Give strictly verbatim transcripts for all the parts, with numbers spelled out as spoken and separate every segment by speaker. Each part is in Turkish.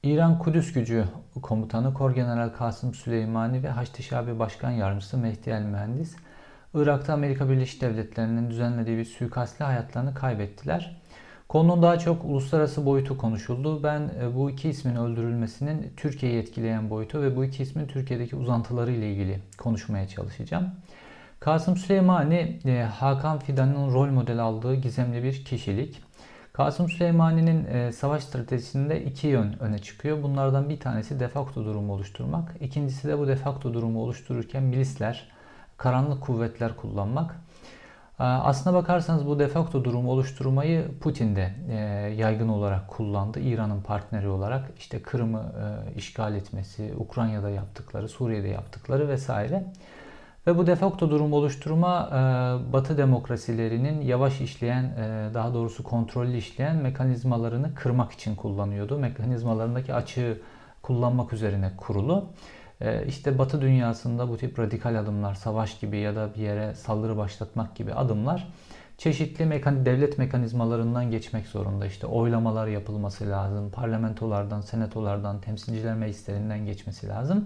Speaker 1: İran Kudüs Gücü Komutanı Korgeneral Kasım Süleymani ve Haçlı Şabi Başkan Yardımcısı Mehdi El Mühendis, Irak'ta Amerika Birleşik Devletleri'nin düzenlediği bir suikastle hayatlarını kaybettiler. Konunun daha çok uluslararası boyutu konuşuldu. Ben bu iki ismin öldürülmesinin Türkiye'yi etkileyen boyutu ve bu iki ismin Türkiye'deki uzantıları ile ilgili konuşmaya çalışacağım. Kasım Süleymani, Hakan Fidan'ın rol model aldığı gizemli bir kişilik. Kasım Süleymani'nin e, savaş stratejisinde iki yön öne çıkıyor. Bunlardan bir tanesi defakto durumu oluşturmak. İkincisi de bu defakto durumu oluştururken milisler, karanlık kuvvetler kullanmak. E, aslına bakarsanız bu defakto durumu oluşturmayı Putin de e, yaygın olarak kullandı. İran'ın partneri olarak işte Kırım'ı e, işgal etmesi, Ukrayna'da yaptıkları, Suriye'de yaptıkları vesaire. Ve bu defakto durum oluşturma Batı demokrasilerinin yavaş işleyen, daha doğrusu kontrollü işleyen mekanizmalarını kırmak için kullanıyordu. Mekanizmalarındaki açığı kullanmak üzerine kurulu. İşte Batı dünyasında bu tip radikal adımlar, savaş gibi ya da bir yere saldırı başlatmak gibi adımlar çeşitli mekan devlet mekanizmalarından geçmek zorunda. İşte oylamalar yapılması lazım, parlamentolardan, senatolardan, temsilciler meclislerinden geçmesi lazım.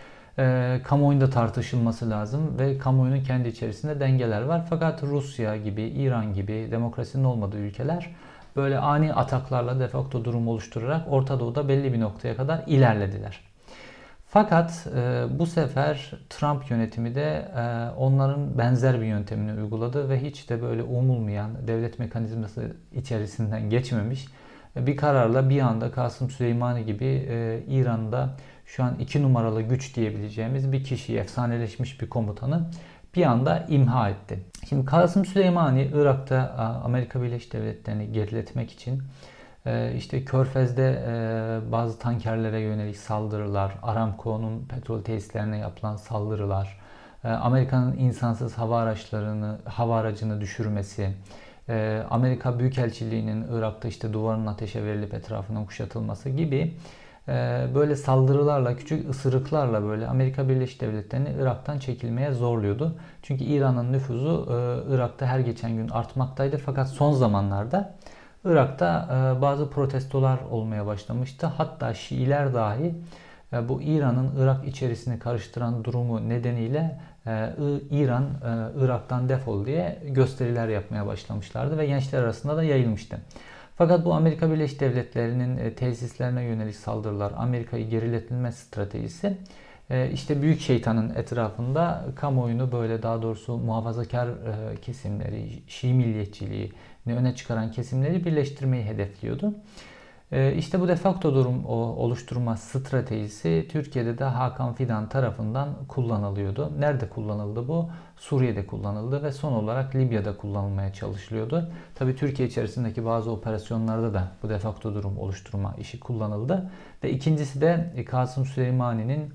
Speaker 1: E, kamuoyunda tartışılması lazım ve kamuoyunun kendi içerisinde dengeler var. Fakat Rusya gibi, İran gibi demokrasinin olmadığı ülkeler böyle ani ataklarla defakto durum oluşturarak Orta Doğu'da belli bir noktaya kadar ilerlediler. Fakat e, bu sefer Trump yönetimi de e, onların benzer bir yöntemini uyguladı ve hiç de böyle umulmayan devlet mekanizması içerisinden geçmemiş bir kararla bir anda Kasım Süleymani gibi e, İran'da şu an iki numaralı güç diyebileceğimiz bir kişiyi, efsaneleşmiş bir komutanı bir anda imha etti. Şimdi Kasım Süleymani Irak'ta Amerika Birleşik Devletleri'ni geriletmek için işte Körfez'de bazı tankerlere yönelik saldırılar, Aramco'nun petrol tesislerine yapılan saldırılar, Amerika'nın insansız hava araçlarını, hava aracını düşürmesi, Amerika Büyükelçiliği'nin Irak'ta işte duvarın ateşe verilip etrafının kuşatılması gibi böyle saldırılarla, küçük ısırıklarla böyle Amerika Birleşik Devletleri'ni Irak'tan çekilmeye zorluyordu. Çünkü İran'ın nüfuzu Irak'ta her geçen gün artmaktaydı. Fakat son zamanlarda Irak'ta bazı protestolar olmaya başlamıştı. Hatta Şiiler dahi bu İran'ın Irak içerisini karıştıran durumu nedeniyle İran Irak'tan defol diye gösteriler yapmaya başlamışlardı ve gençler arasında da yayılmıştı. Fakat bu Amerika Birleşik Devletleri'nin tesislerine yönelik saldırılar, Amerika'yı geriletilme stratejisi işte büyük şeytanın etrafında kamuoyunu böyle daha doğrusu muhafazakar kesimleri, Şii milliyetçiliği öne çıkaran kesimleri birleştirmeyi hedefliyordu. İşte bu defakto durum oluşturma stratejisi Türkiye'de de Hakan Fidan tarafından kullanılıyordu. Nerede kullanıldı bu? Suriye'de kullanıldı ve son olarak Libya'da kullanılmaya çalışılıyordu. Tabii Türkiye içerisindeki bazı operasyonlarda da bu defakto durum oluşturma işi kullanıldı. Ve ikincisi de Kasım Süleymani'nin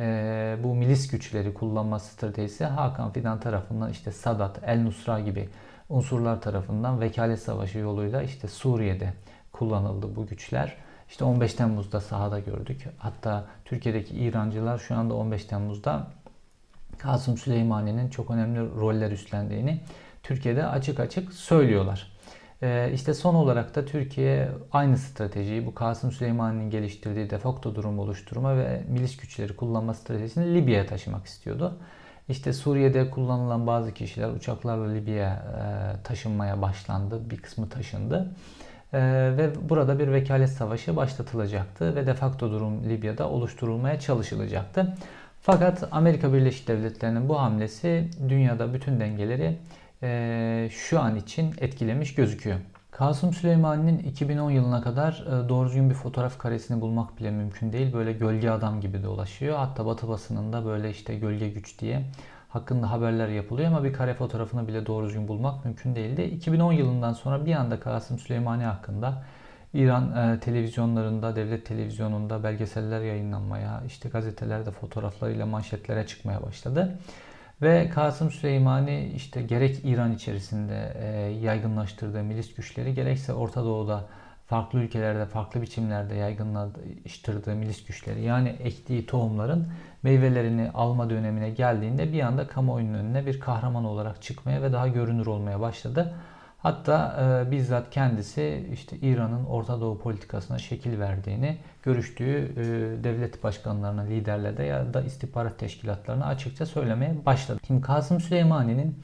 Speaker 1: bu milis güçleri kullanma stratejisi Hakan Fidan tarafından işte Sadat, El Nusra gibi unsurlar tarafından vekalet savaşı yoluyla işte Suriye'de kullanıldı bu güçler. İşte on beş Temmuz'da sahada gördük. Hatta Türkiye'deki İrancılar şu anda on beş Temmuz'da Kasım Süleymani'nin çok önemli roller üstlendiğini Türkiye'de açık açık söylüyorlar. Ee, işte son olarak da Türkiye aynı stratejiyi, bu Kasım Süleymani'nin geliştirdiği defakto durum oluşturma ve milis güçleri kullanma stratejisini Libya'ya taşımak istiyordu. İşte Suriye'de kullanılan bazı kişiler uçaklarla Libya'ya e, taşınmaya başlandı. Bir kısmı taşındı. Ee, ve burada bir vekalet savaşı başlatılacaktı ve defakto durum Libya'da oluşturulmaya çalışılacaktı. Fakat Amerika Birleşik Devletleri'nin bu hamlesi dünyada bütün dengeleri e, şu an için etkilemiş gözüküyor. Kasım Süleymani'nin iki bin on yılına kadar e, doğru düzgün bir fotoğraf karesini bulmak bile mümkün değil. Böyle gölge adam gibi dolaşıyor. Hatta Batı basınında böyle işte gölge güç diye hakkında haberler yapılıyor ama bir kare fotoğrafını bile doğru düzgün bulmak mümkün değildi. iki bin on yılından sonra bir anda Kasım Süleymani hakkında İran e, televizyonlarında, devlet televizyonunda belgeseller yayınlanmaya, işte gazetelerde fotoğraflarıyla manşetlere çıkmaya başladı. Ve Kasım Süleymani işte gerek İran içerisinde e, yaygınlaştırdığı milis güçleri gerekse Orta Doğu'da farklı ülkelerde farklı biçimlerde yaygınlaştırdığı milis güçleri yani ektiği tohumların meyvelerini alma dönemine geldiğinde bir anda kamuoyunun önüne bir kahraman olarak çıkmaya ve daha görünür olmaya başladı. Hatta e, bizzat kendisi işte İran'ın Orta Doğu politikasına şekil verdiğini görüştüğü e, devlet başkanlarına, liderlerine ya da istihbarat teşkilatlarına açıkça söylemeye başladı. Şimdi Kasım Süleymanî'nin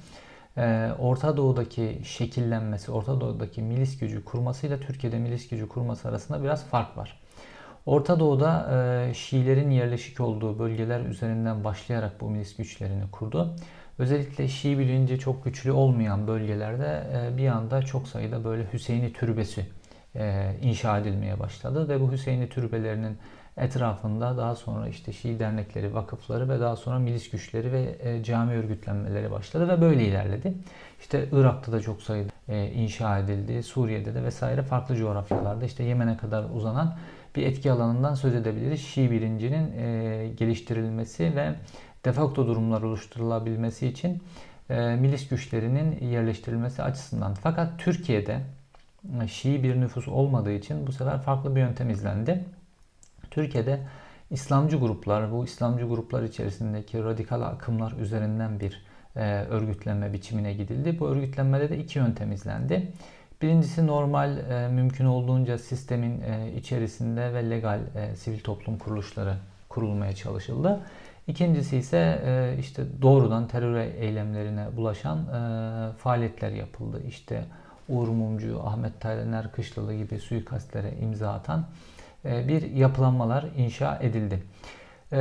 Speaker 1: e, Orta Doğu'daki şekillenmesi, Orta Doğu'daki milis gücü kurmasıyla Türkiye'de milis gücü kurması arasında biraz fark var. Orta Doğu'da e, Şiilerin yerleşik olduğu bölgeler üzerinden başlayarak bu milis güçlerini kurdu. Özellikle Şii bilinci çok güçlü olmayan bölgelerde e, bir anda çok sayıda böyle Hüseyini türbesi e, inşa edilmeye başladı ve bu Hüseyini türbelerinin etrafında daha sonra işte Şii dernekleri, vakıfları ve daha sonra milis güçleri ve e, cami örgütlenmeleri başladı ve böyle ilerledi. İşte Irak'ta da çok sayıda e, inşa edildi, Suriye'de de vesaire farklı coğrafyalarda işte Yemen'e kadar uzanan bir etki alanından söz edebiliriz. Şii bilincinin e, geliştirilmesi ve defakto durumlar oluşturulabilmesi için e, milis güçlerinin yerleştirilmesi açısından. Fakat Türkiye'de e, Şii bir nüfus olmadığı için bu sefer farklı bir yöntem izlendi. Türkiye'de İslamcı gruplar, bu İslamcı gruplar içerisindeki radikal akımlar üzerinden bir e, örgütlenme biçimine gidildi. Bu örgütlenmede de iki yöntem izlendi. Birincisi normal, e, mümkün olduğunca sistemin e, içerisinde ve legal e, sivil toplum kuruluşları kurulmaya çalışıldı. İkincisi ise e, işte doğrudan terör eylemlerine bulaşan e, faaliyetler yapıldı. İşte Uğur Mumcu, Ahmet Taylaner Kışlalı gibi suikastlere imza atan e, bir yapılanmalar inşa edildi. Ee,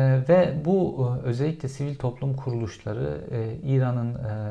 Speaker 1: ve bu özellikle sivil toplum kuruluşları e, İran'ın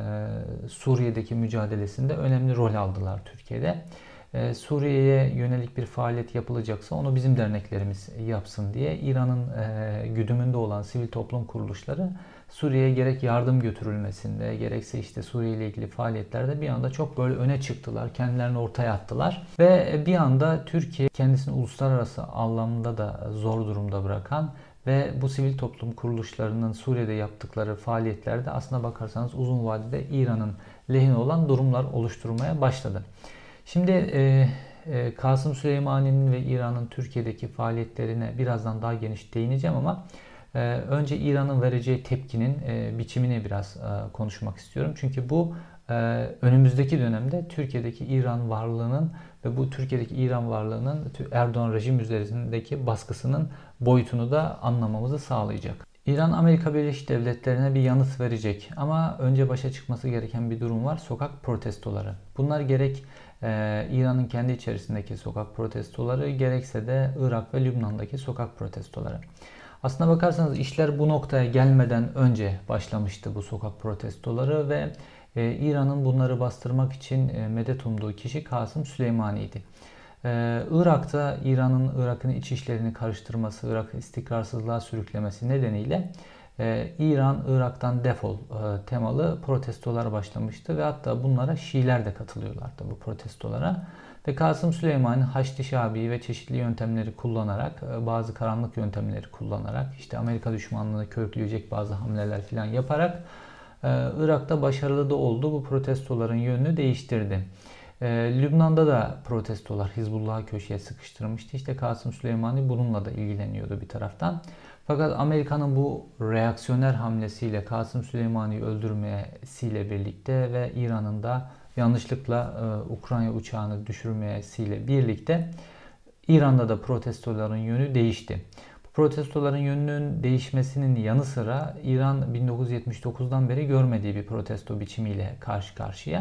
Speaker 1: e, Suriye'deki mücadelesinde önemli rol aldılar Türkiye'de. E, Suriye'ye yönelik bir faaliyet yapılacaksa onu bizim derneklerimiz yapsın diye İran'ın e, güdümünde olan sivil toplum kuruluşları Suriye'ye gerek yardım götürülmesinde gerekse işte Suriye ile ilgili faaliyetlerde bir anda çok böyle öne çıktılar. Kendilerini ortaya attılar. Ve bir anda Türkiye kendisini uluslararası anlamda da zor durumda bırakan ve bu sivil toplum kuruluşlarının Suriye'de yaptıkları faaliyetlerde aslına bakarsanız uzun vadede İran'ın lehine olan durumlar oluşturmaya başladı. Şimdi e, e, Kasım Süleymanî'nin ve İran'ın Türkiye'deki faaliyetlerine birazdan daha geniş değineceğim ama e, önce İran'ın vereceği tepkinin e, biçimini biraz e, konuşmak istiyorum. Çünkü bu e, önümüzdeki dönemde Türkiye'deki İran varlığının ve bu Türkiye'deki İran varlığının Erdoğan rejim üzerindeki baskısının boyutunu da anlamamızı sağlayacak. İran Amerika Birleşik Devletleri'ne bir yanıt verecek ama önce başa çıkması gereken bir durum var. Sokak protestoları. Bunlar gerek e, İran'ın kendi içerisindeki sokak protestoları gerekse de Irak ve Lübnan'daki sokak protestoları. Aslına bakarsanız işler bu noktaya gelmeden önce başlamıştı bu sokak protestoları ve e, İran'ın bunları bastırmak için e, medet umduğu kişi Kasım Süleymanî'ydi. Ee, Irak'ta İran'ın Irak'ın iç işlerini karıştırması, Irak'ı istikrarsızlığa sürüklemesi nedeniyle e, İran Irak'tan defol e, temalı protestolar başlamıştı ve hatta bunlara Şiiler de katılıyorlardı bu protestolara. Ve Kasım Süleymanî Haçlı Şabi'yi ve çeşitli yöntemleri kullanarak, e, bazı karanlık yöntemleri kullanarak, işte Amerika düşmanlığını körükleyecek bazı hamleler falan yaparak e, Irak'ta başarılı da oldu. Bu protestoların yönünü değiştirdi. Ee, Lübnan'da da protestolar Hizbullah'ı köşeye sıkıştırmıştı. İşte Kasım Süleymanî bununla da ilgileniyordu bir taraftan. Fakat Amerika'nın bu reaksiyoner hamlesiyle Kasım Süleymanî'yi öldürmesiyle birlikte ve İran'ın da yanlışlıkla e, Ukrayna uçağını düşürmesiyle birlikte İran'da da protestoların yönü değişti. Bu protestoların yönünün değişmesinin yanı sıra İran bin dokuz yüz yetmiş dokuzdan beri görmediği bir protesto biçimiyle karşı karşıya.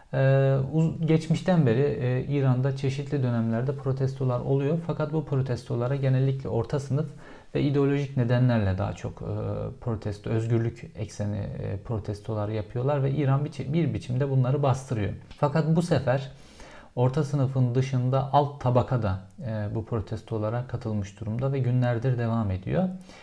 Speaker 1: Ee, geçmişten beri e, İran'da çeşitli dönemlerde protestolar oluyor. Fakat bu protestolara genellikle orta sınıf ve ideolojik nedenlerle daha çok e, protesto, özgürlük ekseni e, protestolar yapıyorlar ve İran bir, bir biçimde bunları bastırıyor. Fakat bu sefer orta sınıfın dışında alt tabaka da e, bu protestolara katılmış durumda ve günlerdir devam ediyor.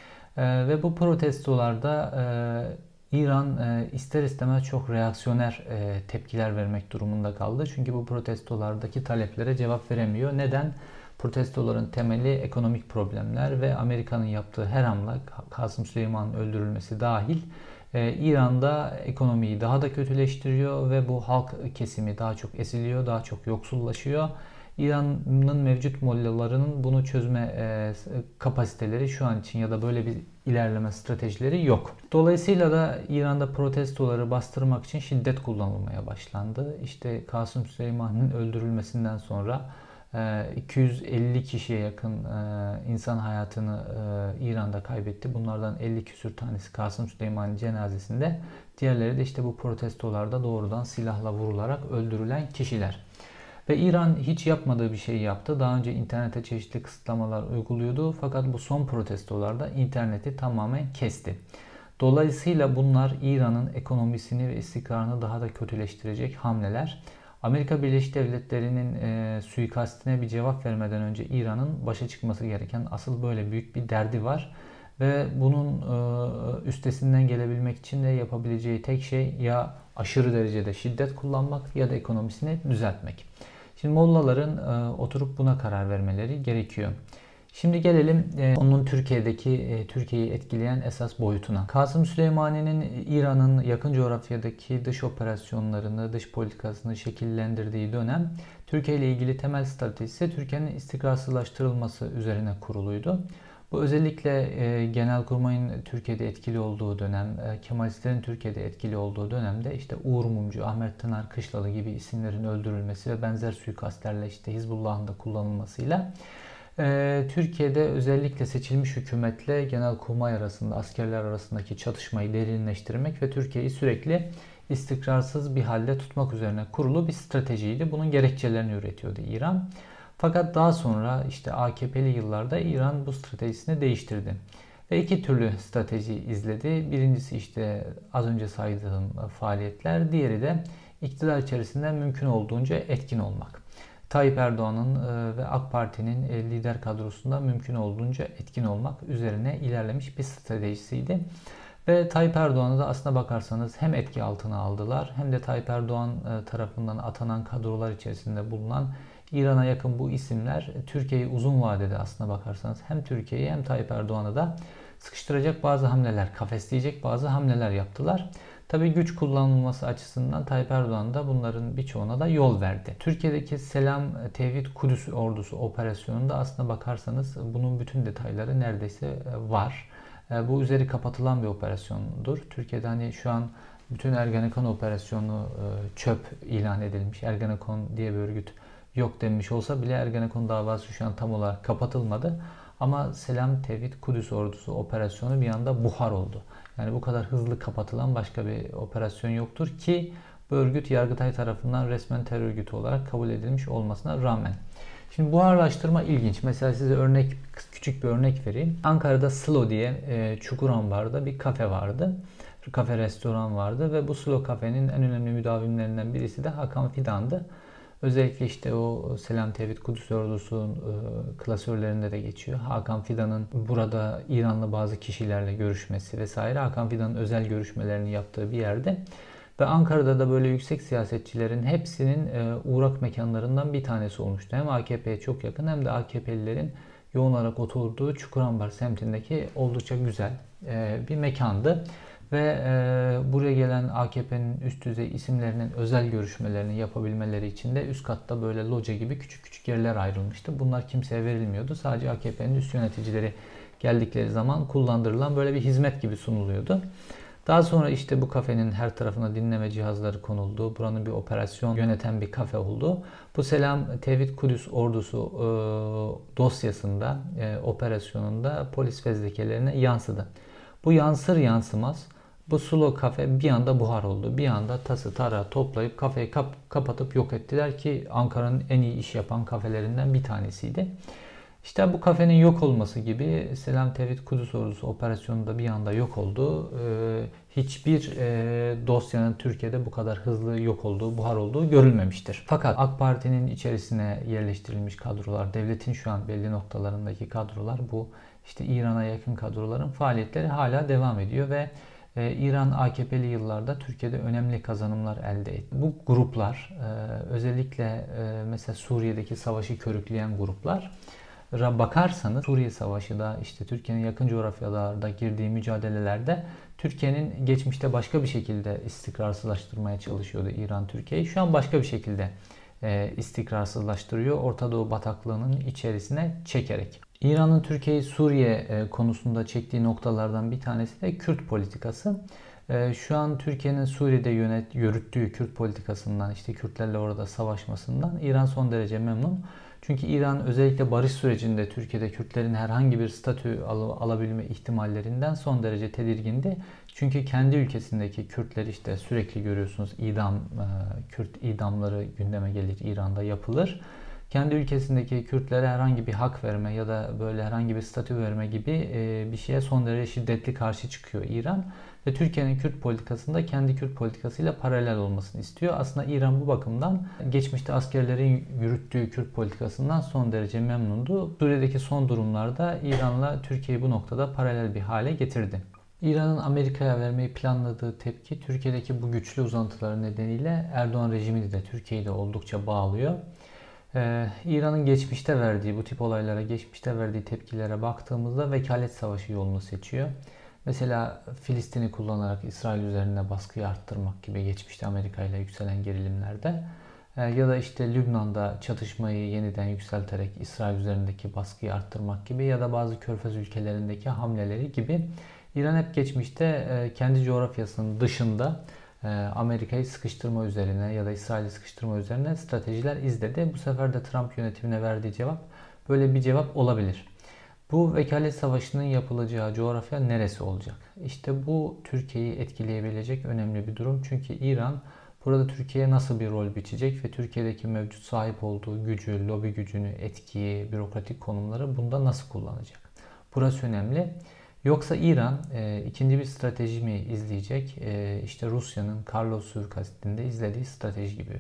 Speaker 1: E, ve bu protestolarda e, İran e, ister istemez çok reaksiyoner e, tepkiler vermek durumunda kaldı. Çünkü bu protestolardaki taleplere cevap veremiyor. Neden? Protestoların temeli ekonomik problemler ve Amerika'nın yaptığı her hamle, Kasım Süleyman'ın öldürülmesi dahil, e, İran'da ekonomiyi daha da kötüleştiriyor ve bu halk kesimi daha çok eziliyor, daha çok yoksullaşıyor. İran'ın mevcut mollalarının bunu çözme e, kapasiteleri şu an için ya da böyle bir ilerleme stratejileri yok. Dolayısıyla da İran'da protestoları bastırmak için şiddet kullanılmaya başlandı. İşte Kasım Süleyman'ın öldürülmesinden sonra iki yüz elli kişiye yakın insan hayatını İran'da kaybetti. Bunlardan elli küsür tanesi Kasım Süleyman'ın cenazesinde. Diğerleri de işte bu protestolarda doğrudan silahla vurularak öldürülen kişiler. Ve İran hiç yapmadığı bir şey yaptı. Daha önce internete çeşitli kısıtlamalar uyguluyordu. Fakat bu son protestolarda interneti tamamen kesti. Dolayısıyla bunlar İran'ın ekonomisini ve istikrarını daha da kötüleştirecek hamleler. Amerika Birleşik Devletleri'nin e, suikastine bir cevap vermeden önce İran'ın başa çıkması gereken asıl böyle büyük bir derdi var. Ve bunun e, üstesinden gelebilmek için de yapabileceği tek şey ya aşırı derecede şiddet kullanmak ya da ekonomisini düzeltmek. Şimdi Mollaların e, oturup buna karar vermeleri gerekiyor. Şimdi gelelim e, onun Türkiye'deki e, Türkiye'yi etkileyen esas boyutuna. Kasım Süleyman'ın İran'ın yakın coğrafyadaki dış operasyonlarını, dış politikasını şekillendirdiği dönem Türkiye ile ilgili temel stratejisi Türkiye'nin istikrarsızlaştırılması üzerine kuruluydu. Bu özellikle e, Genelkurmay'ın Türkiye'de etkili olduğu dönem, e, Kemalistlerin Türkiye'de etkili olduğu dönemde işte Uğur Mumcu, Ahmet Tınar Kışlalı gibi isimlerin öldürülmesi ve benzer suikastlerle işte Hizbullah'ın da kullanılmasıyla e, Türkiye'de özellikle seçilmiş hükümetle Genelkurmay arasında, askerler arasındaki çatışmayı derinleştirmek ve Türkiye'yi sürekli istikrarsız bir halde tutmak üzerine kurulu bir stratejiydi. Bunun gerekçelerini üretiyordu İran. Fakat daha sonra işte A K P'li yıllarda İran bu stratejisini değiştirdi. Ve iki türlü strateji izledi. Birincisi işte az önce saydığım faaliyetler, diğeri de iktidar içerisinde mümkün olduğunca etkin olmak. Tayyip Erdoğan'ın ve AK Parti'nin lider kadrosunda mümkün olduğunca etkin olmak üzerine ilerlemiş bir stratejisiydi. Ve Tayyip Erdoğan'ı da aslına bakarsanız hem etki altına aldılar hem de Tayyip Erdoğan tarafından atanan kadrolar içerisinde bulunan İran'a yakın bu isimler Türkiye'yi uzun vadede aslına bakarsanız hem Türkiye'yi hem Tayyip Erdoğan'ı da sıkıştıracak bazı hamleler, kafesleyecek bazı hamleler yaptılar. Tabii güç kullanılması açısından Tayyip Erdoğan da bunların birçoğuna da yol verdi. Türkiye'deki Selam Tevhid Kudüs Ordusu operasyonunda aslına bakarsanız bunun bütün detayları neredeyse var. Bu üzeri kapatılan bir operasyondur. Türkiye'de hani şu an bütün Ergenekon operasyonu çöp ilan edilmiş. Ergenekon diye bir örgüt yok denmiş olsa bile Ergenekon davası şu an tam olarak kapatılmadı. Ama Selam Tevhid Kudüs Ordusu operasyonu bir anda buhar oldu. Yani bu kadar hızlı kapatılan başka bir operasyon yoktur ki bu örgüt Yargıtay tarafından resmen terör örgütü olarak kabul edilmiş olmasına rağmen. Şimdi buharlaştırma ilginç. Mesela size örnek, küçük bir örnek vereyim. Ankara'da Slo diye e, Çukurambar'da bir kafe vardı. Kafe restoran vardı ve bu Slo kafenin en önemli müdavimlerinden birisi de Hakan Fidan'dı. Özellikle işte o Selam Tevhid Kudüs Ordusu'nun e, klasörlerinde de geçiyor. Hakan Fidan'ın burada İranlı bazı kişilerle görüşmesi vesaire. Hakan Fidan'ın özel görüşmelerini yaptığı bir yerde. Ve Ankara'da da böyle yüksek siyasetçilerin hepsinin e, uğrak mekanlarından bir tanesi olmuştu. Hem A K P'ye çok yakın hem de A K P'lilerin yoğun olarak oturduğu Çukurambar semtindeki oldukça güzel e, bir mekandı. Ve e, buraya gelen A K P'nin üst düzey isimlerinin özel görüşmelerini yapabilmeleri için de üst katta böyle loca gibi küçük küçük yerler ayrılmıştı. Bunlar kimseye verilmiyordu. Sadece A K P'nin üst yöneticileri geldikleri zaman kullandırılan böyle bir hizmet gibi sunuluyordu. Daha sonra işte bu kafenin her tarafına dinleme cihazları konuldu. Buranın bir operasyon yöneten bir kafe oldu. Bu Selam Tevhid Kudüs Ordusu e, dosyasında, e, operasyonunda polis fezlekelerine yansıdı. Bu yansır yansımaz bu Slo kafe bir anda buhar oldu. Bir anda tası tarağı toplayıp kafeyi kap kapatıp yok ettiler ki Ankara'nın en iyi iş yapan kafelerinden bir tanesiydi. İşte bu kafenin yok olması gibi Selam Tevhid Kudüs Ordusu operasyonunda bir anda yok oldu. Ee, hiçbir e, dosyanın Türkiye'de bu kadar hızlı yok olduğu, buhar olduğu görülmemiştir. Fakat AK Parti'nin içerisine yerleştirilmiş kadrolar, devletin şu an belli noktalarındaki kadrolar, bu işte İran'a yakın kadroların faaliyetleri hala devam ediyor ve e, İran A K P'li yıllarda Türkiye'de önemli kazanımlar elde etti. Bu gruplar e, özellikle e, mesela Suriye'deki savaşı körükleyen gruplar bakarsanız Suriye Savaşı da işte Türkiye'nin yakın coğrafyalarda girdiği mücadelelerde Türkiye'nin geçmişte başka bir şekilde istikrarsızlaştırmaya çalışıyordu İran Türkiye'yi. Şu an başka bir şekilde istikrarsızlaştırıyor. Orta Doğu bataklığının içerisine çekerek. İran'ın Türkiye'yi Suriye konusunda çektiği noktalardan bir tanesi de Kürt politikası. Şu an Türkiye'nin Suriye'de yönet, yürüttüğü Kürt politikasından, işte Kürtlerle orada savaşmasından İran son derece memnun. Çünkü İran özellikle barış sürecinde Türkiye'de Kürtlerin herhangi bir statü al- alabilme ihtimallerinden son derece tedirgindi. Çünkü kendi ülkesindeki Kürtler işte sürekli görüyorsunuz idam, Kürt idamları gündeme gelir, İran'da yapılır. Kendi ülkesindeki Kürtlere herhangi bir hak verme ya da böyle herhangi bir statü verme gibi bir şeye son derece şiddetli karşı çıkıyor İran. Ve Türkiye'nin Kürt politikasında kendi Kürt politikasıyla paralel olmasını istiyor. Aslında İran bu bakımdan geçmişte askerlerin yürüttüğü Kürt politikasından son derece memnundu. Suriye'deki son durumlarda İran'la Türkiye'yi bu noktada paralel bir hale getirdi. İran'ın Amerika'ya vermeyi planladığı tepki Türkiye'deki bu güçlü uzantıları nedeniyle Erdoğan rejimini de Türkiye'yi de oldukça bağlıyor. Ee, İran'ın geçmişte verdiği, bu tip olaylara geçmişte verdiği tepkilere baktığımızda vekalet savaşı yolunu seçiyor. Mesela Filistin'i kullanarak İsrail üzerine baskıyı arttırmak gibi geçmişte Amerika ile yükselen gerilimlerde ee, ya da işte Lübnan'da çatışmayı yeniden yükselterek İsrail üzerindeki baskıyı arttırmak gibi ya da bazı Körfez ülkelerindeki hamleleri gibi İran hep geçmişte e, kendi coğrafyasının dışında Amerika'yı sıkıştırma üzerine ya da İsrail'i sıkıştırma üzerine stratejiler izledi. Bu sefer de Trump yönetimine verdiği cevap böyle bir cevap olabilir. Bu vekalet savaşının yapılacağı coğrafya neresi olacak? İşte bu Türkiye'yi etkileyebilecek önemli bir durum. Çünkü İran burada Türkiye'ye nasıl bir rol biçecek ve Türkiye'deki mevcut sahip olduğu gücü, lobi gücünü, etkiyi, bürokratik konumları bunda nasıl kullanacak? Burası önemli. Yoksa İran e, ikinci bir strateji mi izleyecek? E, işte Rusya'nın Karlov suikastinde izlediği strateji gibi.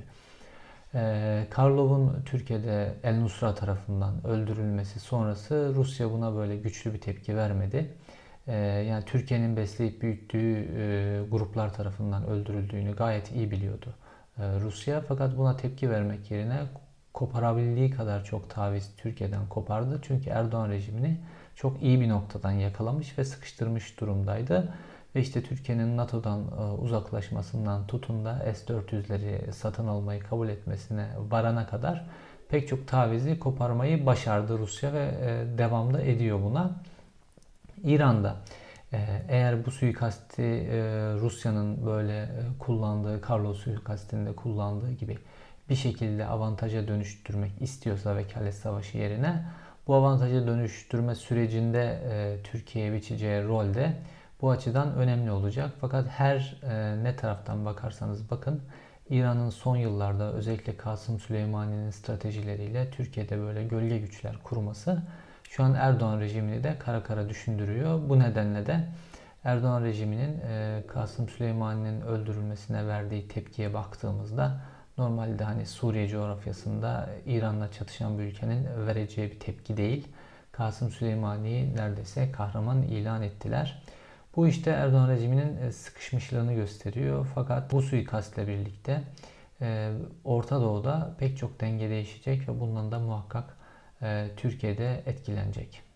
Speaker 1: E, Karlov'un Türkiye'de El Nusra tarafından öldürülmesi sonrası Rusya buna böyle güçlü bir tepki vermedi. E, yani Türkiye'nin besleyip büyüttüğü e, gruplar tarafından öldürüldüğünü gayet iyi biliyordu e, Rusya. Fakat buna tepki vermek yerine koparabildiği kadar çok taviz Türkiye'den kopardı. Çünkü Erdoğan rejimini çok iyi bir noktadan yakalamış ve sıkıştırmış durumdaydı. Ve işte Türkiye'nin NATO'dan uzaklaşmasından tutun da S dört yüzleri satın almayı kabul etmesine varana kadar pek çok tavizi koparmayı başardı Rusya ve devamda ediyor buna. İran'da eğer bu suikasti Rusya'nın böyle kullandığı, Karlov suikastinde kullandığı gibi bir şekilde avantaja dönüştürmek istiyorsa vekalet savaşı yerine bu avantaja dönüştürme sürecinde e, Türkiye'ye biçeceği rol de bu açıdan önemli olacak. Fakat her e, ne taraftan bakarsanız bakın İran'ın son yıllarda özellikle Kasım Süleyman'ın stratejileriyle Türkiye'de böyle gölge güçler kurması şu an Erdoğan rejimini de kara kara düşündürüyor. Bu nedenle de Erdoğan rejiminin e, Kasım Süleyman'ın öldürülmesine verdiği tepkiye baktığımızda normalde hani Suriye coğrafyasında İran'la çatışan bir ülkenin vereceği bir tepki değil. Kasım Süleymani'yi neredeyse kahraman ilan ettiler. Bu işte Erdoğan rejiminin sıkışmışlığını gösteriyor. Fakat bu suikastle birlikte Orta Doğu'da pek çok denge değişecek ve bundan da muhakkak Türkiye'de etkilenecek.